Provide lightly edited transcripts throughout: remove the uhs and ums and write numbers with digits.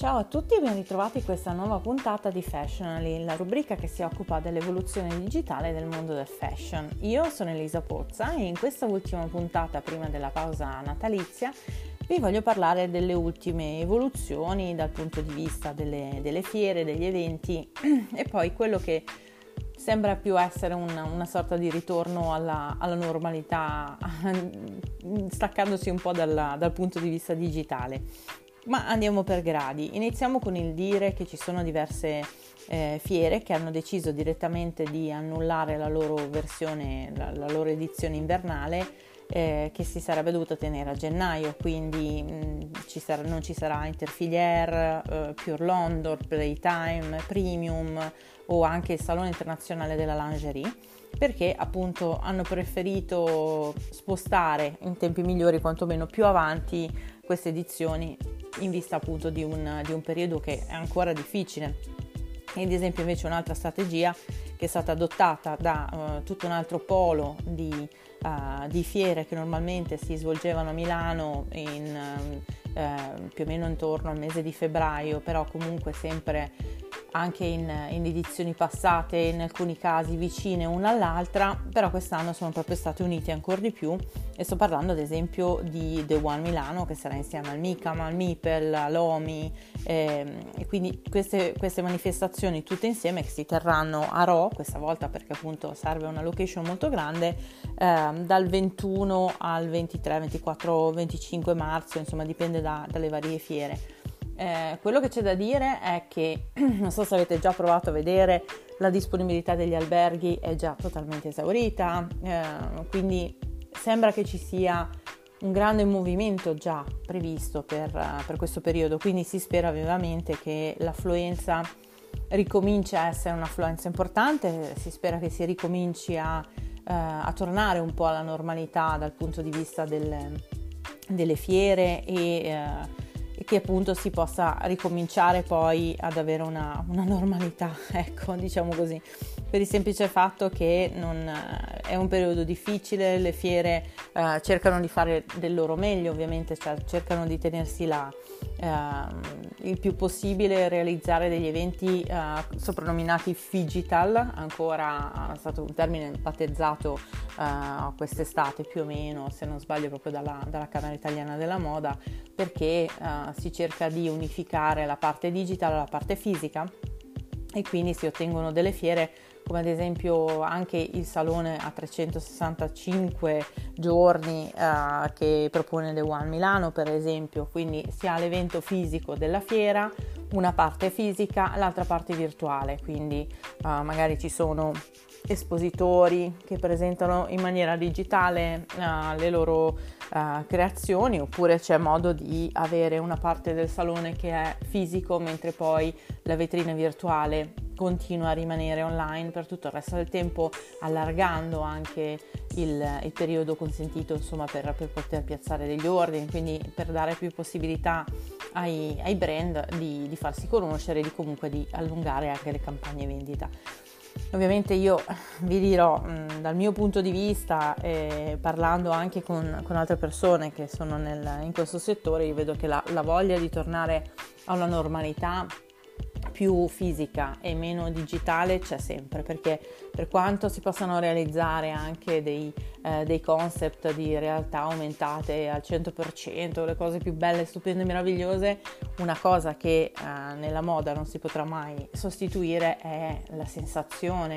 Ciao a tutti e ben ritrovati in questa nuova puntata di Fashionally, la rubrica che si occupa dell'evoluzione digitale del mondo del fashion. Io sono Elisa Pozza e in questa ultima puntata, prima della pausa natalizia, vi voglio parlare delle ultime evoluzioni dal punto di vista delle fiere, degli eventi e poi quello che sembra più essere una sorta di ritorno alla normalità, staccandosi un po' dal punto di vista digitale. Ma andiamo per gradi. Iniziamo con il dire che ci sono diverse fiere che hanno deciso direttamente di annullare la loro versione, la loro edizione invernale che si sarebbe dovuta tenere a gennaio, quindi non ci sarà Interfilière, Pure London, Playtime, Premium o anche il Salone Internazionale della Lingerie, perché appunto hanno preferito spostare in tempi migliori, quantomeno più avanti, queste edizioni in vista appunto di un periodo che è ancora difficile. Ad esempio invece un'altra strategia che è stata adottata da tutto un altro polo di fiere che normalmente si svolgevano a Milano più o meno intorno al mese di febbraio, però comunque sempre anche in edizioni passate, in alcuni casi vicine una all'altra, però quest'anno sono proprio stati uniti ancora di più e sto parlando ad esempio di The One Milano che sarà insieme al MICAM, al MIPEL, all'OMI e quindi queste manifestazioni tutte insieme che si terranno a Rho questa volta perché appunto serve una location molto grande dal 21 al 23, 24, 25 marzo, insomma dipende dalle varie fiere. Quello che c'è da dire è che non so se avete già provato a vedere, la disponibilità degli alberghi è già totalmente esaurita, quindi sembra che ci sia un grande movimento già previsto per questo periodo, quindi si spera vivamente che l'affluenza ricominci a essere un'affluenza importante, si spera che si ricominci a tornare un po' alla normalità dal punto di vista delle fiere e che appunto si possa ricominciare poi ad avere una normalità, ecco, diciamo così, per il semplice fatto che è un periodo difficile, le fiere cercano di fare del loro meglio, ovviamente, cioè cercano di tenersi il più possibile, realizzare degli eventi soprannominati Figital, ancora è stato un termine battezzato quest'estate più o meno, se non sbaglio proprio dalla Camera Italiana della Moda, perché si cerca di unificare la parte digital alla parte fisica e quindi si ottengono delle fiere come ad esempio anche il salone a 365 giorni che propone The One Milano per esempio, quindi si ha l'evento fisico della fiera, una parte fisica, l'altra parte virtuale, quindi magari ci sono espositori che presentano in maniera digitale le loro creazioni, oppure c'è modo di avere una parte del salone che è fisico mentre poi la vetrina virtuale continua a rimanere online per tutto il resto del tempo, allargando anche il periodo consentito insomma per poter piazzare degli ordini, quindi per dare più possibilità ai brand di farsi conoscere e comunque di allungare anche le campagne vendita. Ovviamente io vi dirò dal mio punto di vista, parlando anche con altre persone che sono in questo settore, io vedo che la voglia di tornare a una normalità più fisica e meno digitale c'è sempre, perché per quanto si possano realizzare anche dei concept di realtà aumentate al 100%, le cose più belle, stupende, meravigliose, una cosa che nella moda non si potrà mai sostituire è la sensazione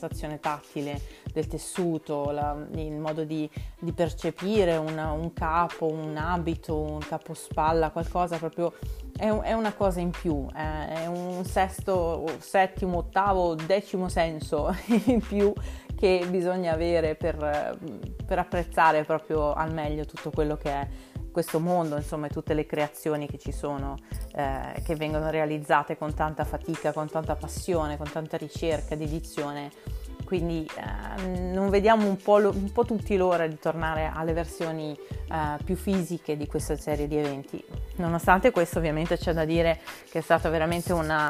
tattile del tessuto, il modo di percepire un capo, un abito, un capospalla, qualcosa proprio. È una cosa in più, è un sesto, settimo, ottavo, decimo senso in più che bisogna avere per apprezzare proprio al meglio tutto quello che è questo mondo, insomma, e tutte le creazioni che ci sono, che vengono realizzate con tanta fatica, con tanta passione, con tanta ricerca, dedizione. Quindi non vediamo un po' tutti l'ora di tornare alle versioni più fisiche di questa serie di eventi. Nonostante questo, ovviamente c'è da dire che è stato veramente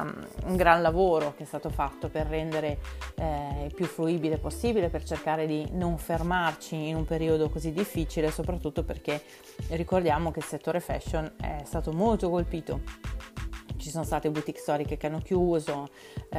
un gran lavoro che è stato fatto per rendere il più fruibile possibile, per cercare di non fermarci in un periodo così difficile, soprattutto perché ricordiamo che il settore fashion è stato molto colpito. Ci ci sono state boutique storiche che hanno chiuso,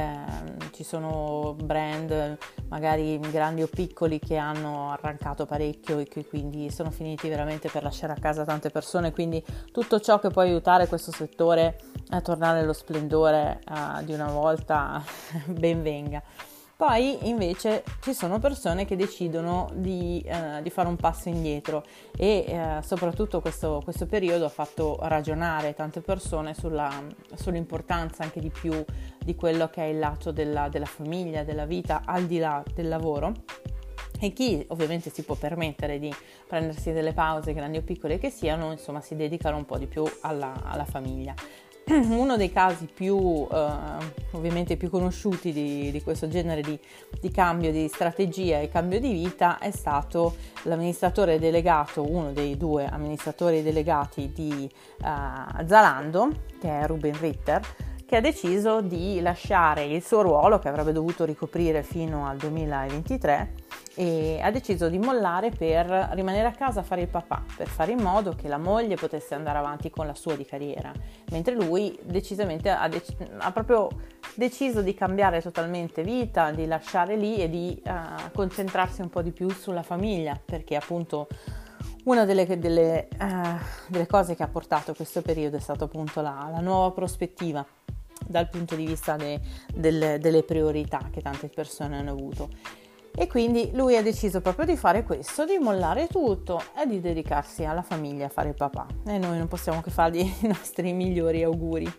ci sono brand magari grandi o piccoli che hanno arrancato parecchio e che quindi sono finiti veramente per lasciare a casa tante persone, quindi tutto ciò che può aiutare questo settore a tornare allo splendore di una volta ben venga. Poi invece ci sono persone che decidono di fare un passo indietro e soprattutto questo periodo ha fatto ragionare tante persone sull'importanza anche di più di quello che è il lato della famiglia, della vita al di là del lavoro. E chi ovviamente si può permettere di prendersi delle pause, grandi o piccole che siano, insomma si dedicano un po' di più alla famiglia. Uno dei casi più ovviamente più conosciuti di questo genere di cambio di strategia e cambio di vita è stato l'amministratore delegato, uno dei due amministratori delegati di Zalando, che è Ruben Ritter, che ha deciso di lasciare il suo ruolo che avrebbe dovuto ricoprire fino al 2023 e ha deciso di mollare per rimanere a casa a fare il papà, per fare in modo che la moglie potesse andare avanti con la sua di carriera, mentre lui decisamente ha proprio deciso di cambiare totalmente vita, di lasciare lì e di concentrarsi un po' di più sulla famiglia, perché appunto una delle cose che ha portato questo periodo è stata appunto la nuova prospettiva dal punto di vista delle priorità che tante persone hanno avuto. E quindi lui ha deciso proprio di fare questo, di mollare tutto e di dedicarsi alla famiglia, a fare il papà. E noi non possiamo che fargli i nostri migliori auguri.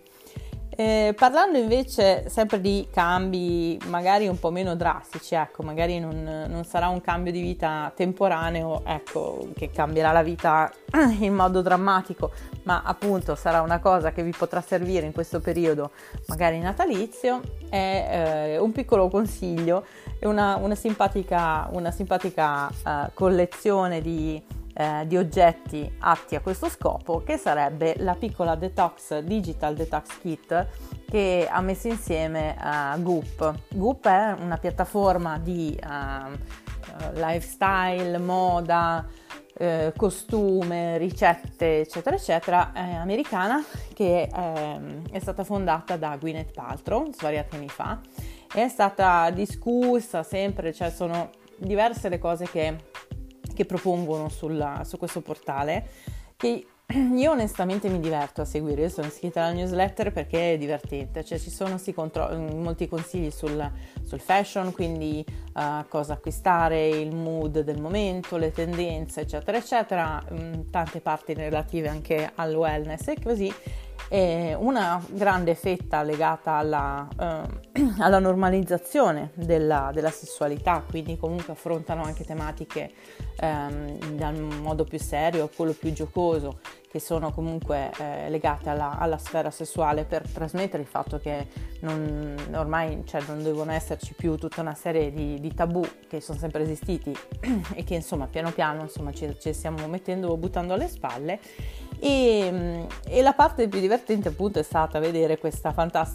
Parlando invece sempre di cambi magari un po' meno drastici, ecco, magari non sarà un cambio di vita temporaneo, ecco, che cambierà la vita in modo drammatico, ma appunto sarà una cosa che vi potrà servire in questo periodo magari natalizio, è un piccolo consiglio, è una simpatica collezione di oggetti atti a questo scopo, che sarebbe la piccola Digital Detox Kit che ha messo insieme Goop. Goop è una piattaforma di lifestyle, moda, costume, ricette eccetera eccetera, americana, che è stata fondata da Gwyneth Paltrow svariati anni fa, è stata discussa sempre, cioè sono diverse le cose che propongono su questo portale, che io onestamente mi diverto a seguire. Io sono iscritta alla newsletter perché è divertente, cioè ci sono molti consigli sul fashion, quindi cosa acquistare, il mood del momento, le tendenze eccetera eccetera, tante parti relative anche al wellness e così. Una grande fetta legata alla normalizzazione della sessualità, quindi comunque affrontano anche tematiche dal modo più serio, quello più giocoso, che sono comunque legate alla sfera sessuale, per trasmettere il fatto che ormai non devono esserci più tutta una serie di tabù che sono sempre esistiti e che insomma piano piano ci stiamo buttando alle spalle. E la parte più divertente appunto è stata vedere questo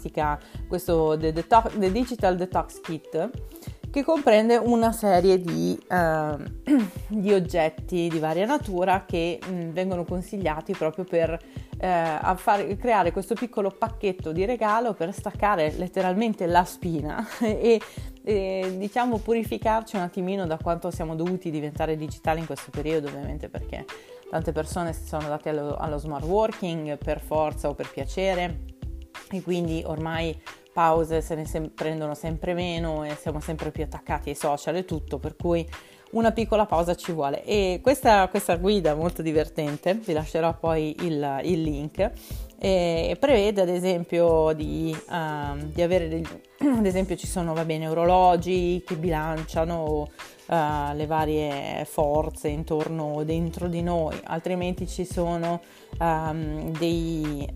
The Digital Detox Kit, che comprende una serie di oggetti di varia natura che vengono consigliati proprio per creare questo piccolo pacchetto di regalo per staccare letteralmente la spina e diciamo purificarci un attimino da quanto siamo dovuti diventare digitali in questo periodo, ovviamente perché tante persone si sono date allo smart working per forza o per piacere, e quindi ormai pause se ne prendono sempre meno e siamo sempre più attaccati ai social e tutto, per cui una piccola pausa ci vuole. E questa guida molto divertente, vi lascerò poi il link, prevede ad esempio di avere ad esempio ci sono orologi che bilanciano le varie forze dentro di noi, altrimenti ci sono dei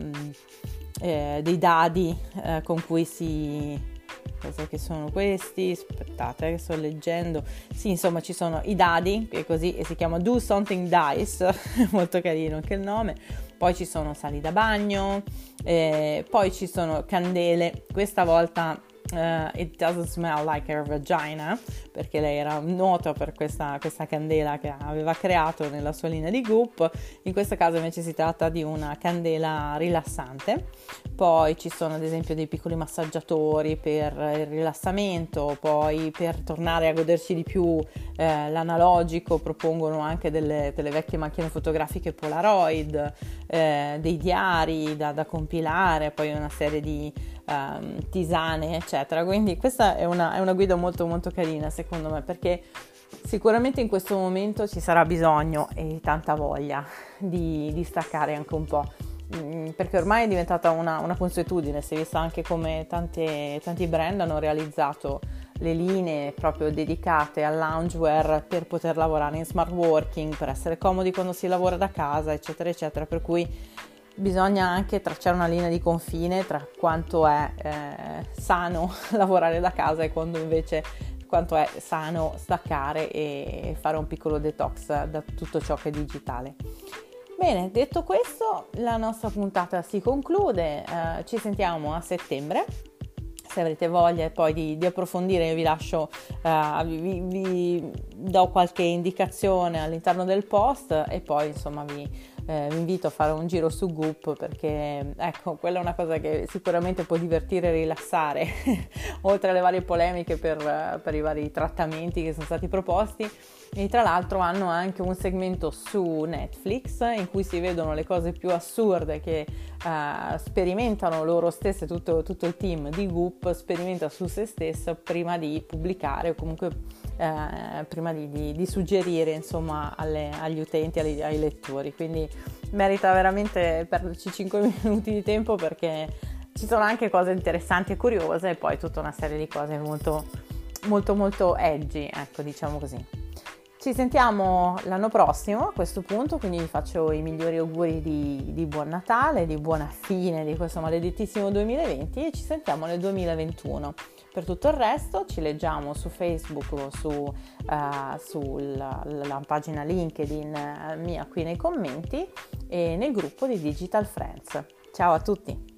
dadi con cui cosa che sono questi? Aspettate che sto leggendo. Sì, insomma ci sono i dadi e così, e si chiama Do Something Dice, molto carino anche il nome. Poi ci sono sali da bagno, poi ci sono candele, questa volta It Doesn't Smell Like Her Vagina, perché lei era nota per questa candela che aveva creato nella sua linea di Goop. In questo caso invece si tratta di una candela rilassante. Poi ci sono ad esempio dei piccoli massaggiatori per il rilassamento, poi per tornare a goderci di più l'analogico propongono anche delle vecchie macchine fotografiche Polaroid, dei diari da compilare, poi una serie di tisane eccetera. Quindi questa è una guida molto molto carina secondo me, perché sicuramente in questo momento ci sarà bisogno e tanta voglia di staccare anche un po', perché ormai è diventata una consuetudine. Si è vista anche come tanti brand hanno realizzato le linee proprio dedicate al loungewear per poter lavorare in smart working, per essere comodi quando si lavora da casa eccetera eccetera, per cui bisogna anche tracciare una linea di confine tra quanto è sano lavorare da casa e quanto è sano staccare e fare un piccolo detox da tutto ciò che è digitale. Bene, detto questo, la nostra puntata si conclude, ci sentiamo a settembre. Se avrete voglia poi di approfondire, io vi lascio, vi do qualche indicazione all'interno del post, e poi insomma vi invito a fare un giro su Goop, perché ecco, quella è una cosa che sicuramente può divertire e rilassare oltre alle varie polemiche per i vari trattamenti che sono stati proposti. E tra l'altro hanno anche un segmento su Netflix in cui si vedono le cose più assurde che sperimentano loro stesse, tutto il team di Goop sperimenta su se stesso prima di pubblicare, o comunque prima di suggerire insomma agli utenti, ai lettori. Quindi merita veramente perderci 5 minuti di tempo, perché ci sono anche cose interessanti e curiose, e poi tutta una serie di cose molto molto molto edgy, ecco, diciamo così. Ci sentiamo l'anno prossimo a questo punto, quindi vi faccio i migliori auguri di buon Natale, di buona fine di questo maledettissimo 2020, e ci sentiamo nel 2021. Per tutto il resto ci leggiamo su Facebook o sulla pagina LinkedIn mia qui nei commenti, e nel gruppo di Digital Friends. Ciao a tutti!